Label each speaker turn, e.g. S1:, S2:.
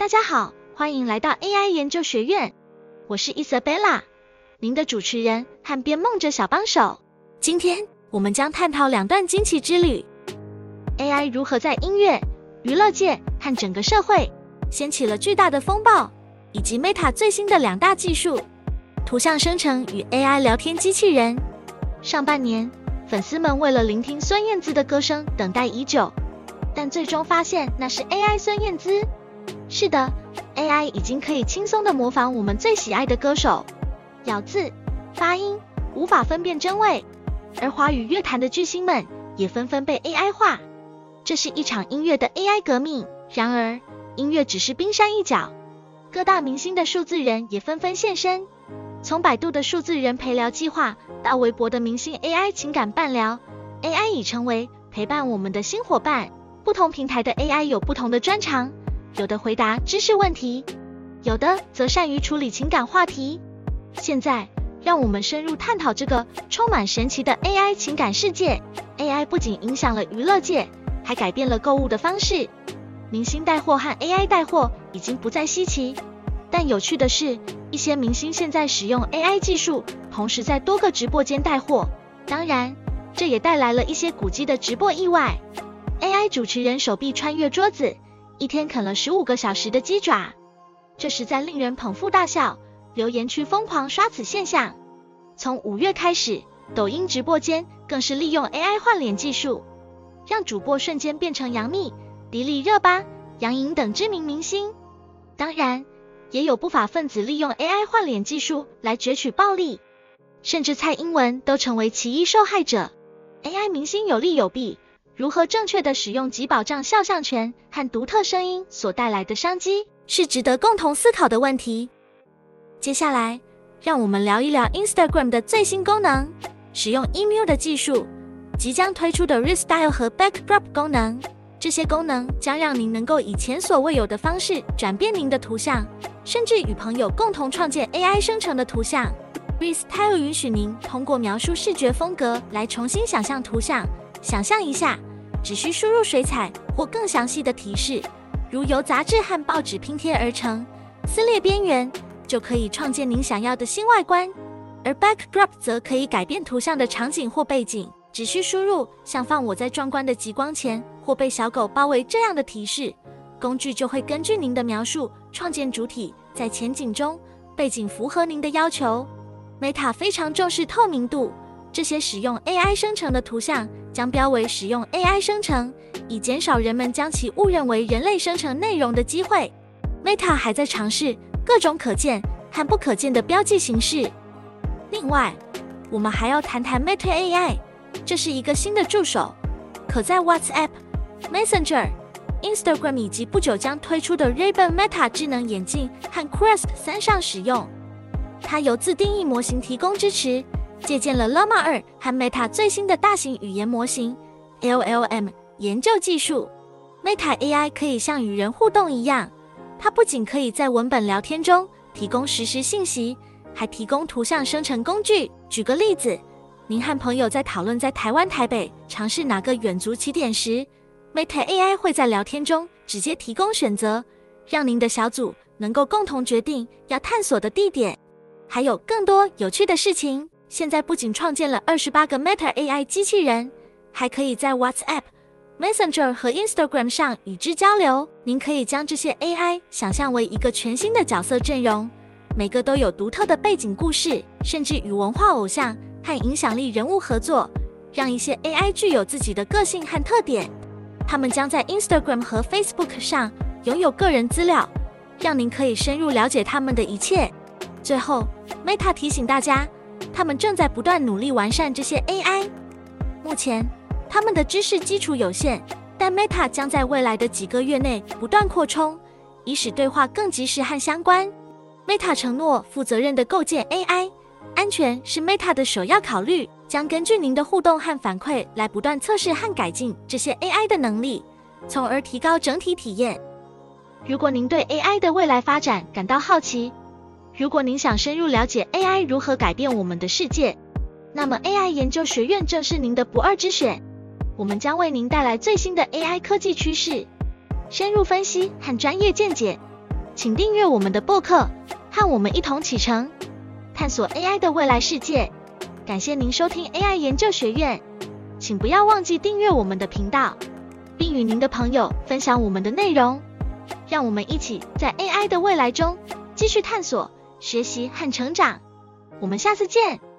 S1: 大家好，欢迎来到 AI 研究学院，我是 Isabella， 您的主持人和编梦者小帮手。今天我们将探讨两段惊奇之旅 ，AI 如何在音乐、娱乐界和整个社会掀起了巨大的风暴，以及 Meta 最新的两大技术——图像生成与 AI 聊天机器人。上半年，粉丝们为了聆听孙燕姿的歌声等待已久，但最终发现那是 AI 孙燕姿。是的 ，AI 已经可以轻松地模仿我们最喜爱的歌手，咬字、发音，无法分辨真伪。而华语乐坛的巨星们也纷纷被 AI 化，这是一场音乐的 AI 革命。然而，音乐只是冰山一角，各大明星的数字人也纷纷现身。从百度的数字人陪聊计划到微博的明星 AI 情感伴聊 ，AI 已成为陪伴我们的新伙伴。不同平台的 AI 有不同的专长，有的回答知识问题，有的则善于处理情感话题。现在，让我们深入探讨这个充满神奇的 AI 情感世界。AI 不仅影响了娱乐界，还改变了购物的方式。明星带货和 AI 带货已经不再稀奇，但有趣的是，一些明星现在使用 AI 技术，同时在多个直播间带货。当然，这也带来了一些古迹的直播意外。AI 主持人手臂穿越桌子，一天啃了15个小时的鸡爪，这实在令人捧腹大笑。留言区疯狂刷此现象。从5月开始，抖音直播间更是利用 AI 换脸技术，让主播瞬间变成杨幂、迪丽热巴、杨颖等知名明星。当然，也有不法分子利用 AI 换脸技术来攫取暴利，甚至蔡英文都成为其一受害者。AI 明星有利有弊，如何正确的使用及保障肖像权和独特声音所带来的商机，是值得共同思考的问题。接下来，让我们聊一聊 Instagram 的最新功能，使用 Emu 的技术，即将推出的 Restyle 和 Backdrop 功能。这些功能将让您能够以前所未有的方式转变您的图像，甚至与朋友共同创建 AI 生成的图像。Restyle 允许您通过描述视觉风格来重新想象图像。想象一下，只需输入水彩或更详细的提示，如由杂志和报纸拼贴而成，撕裂边缘，就可以创建您想要的新外观。而 Backdrop 则可以改变图像的场景或背景，只需输入像放我在壮观的极光前或被小狗包围这样的提示，工具就会根据您的描述创建主体，在前景中，背景符合您的要求。Meta 非常重视透明度，这些使用 AI 生成的图像将标为使用 AI 生成，以减少人们将其误认为人类生成内容的机会。Meta 还在尝试各种可见和不可见的标记形式。另外，我们还要谈谈 Meta AI， 这是一个新的助手，可在 WhatsApp、Messenger、Instagram 以及不久将推出的 Ray-Ban Meta 智能眼镜和 Quest 3上使用。它由自定义模型提供支持，借鉴了 Llama 2和 Meta 最新的大型语言模型 LLM 研究技术。Meta AI 可以像与人互动一样，它不仅可以在文本聊天中提供实时信息，还提供图像生成工具。举个例子，您和朋友在讨论在台湾台北尝试哪个远足起点时， Meta AI 会在聊天中直接提供选择，让您的小组能够共同决定要探索的地点。还有更多有趣的事情，现在不仅创建了28个 Meta AI 机器人，还可以在 WhatsApp、Messenger 和 Instagram 上与之交流。您可以将这些 AI 想象为一个全新的角色阵容，每个都有独特的背景故事，甚至与文化偶像和影响力人物合作，让一些 AI 具有自己的个性和特点。他们将在 Instagram 和 Facebook 上拥有个人资料，让您可以深入了解他们的一切。最后 ，Meta 提醒大家，他们正在不断努力完善这些 AI。目前，他们的知识基础有限，但 Meta 将在未来的几个月内不断扩充，以使对话更及时和相关。Meta 承诺负责任地构建 AI， 安全是 Meta 的首要考虑，将根据您的互动和反馈来不断测试和改进这些 AI 的能力，从而提高整体体验。如果您对 AI 的未来发展感到好奇，如果您想深入了解 AI 如何改变我们的世界，那么 AI 研究学院正是您的不二之选。我们将为您带来最新的 AI 科技趋势，深入分析和专业见解， 请订阅我们的播客，和我们一同启程，探索 AI 的未来世界。感谢您收听 AI 研究学院，请不要忘记订阅我们的频道，并与您的朋友分享我们的内容。让我们一起在 AI 的未来中继续探索、学习和成长。我们下次见。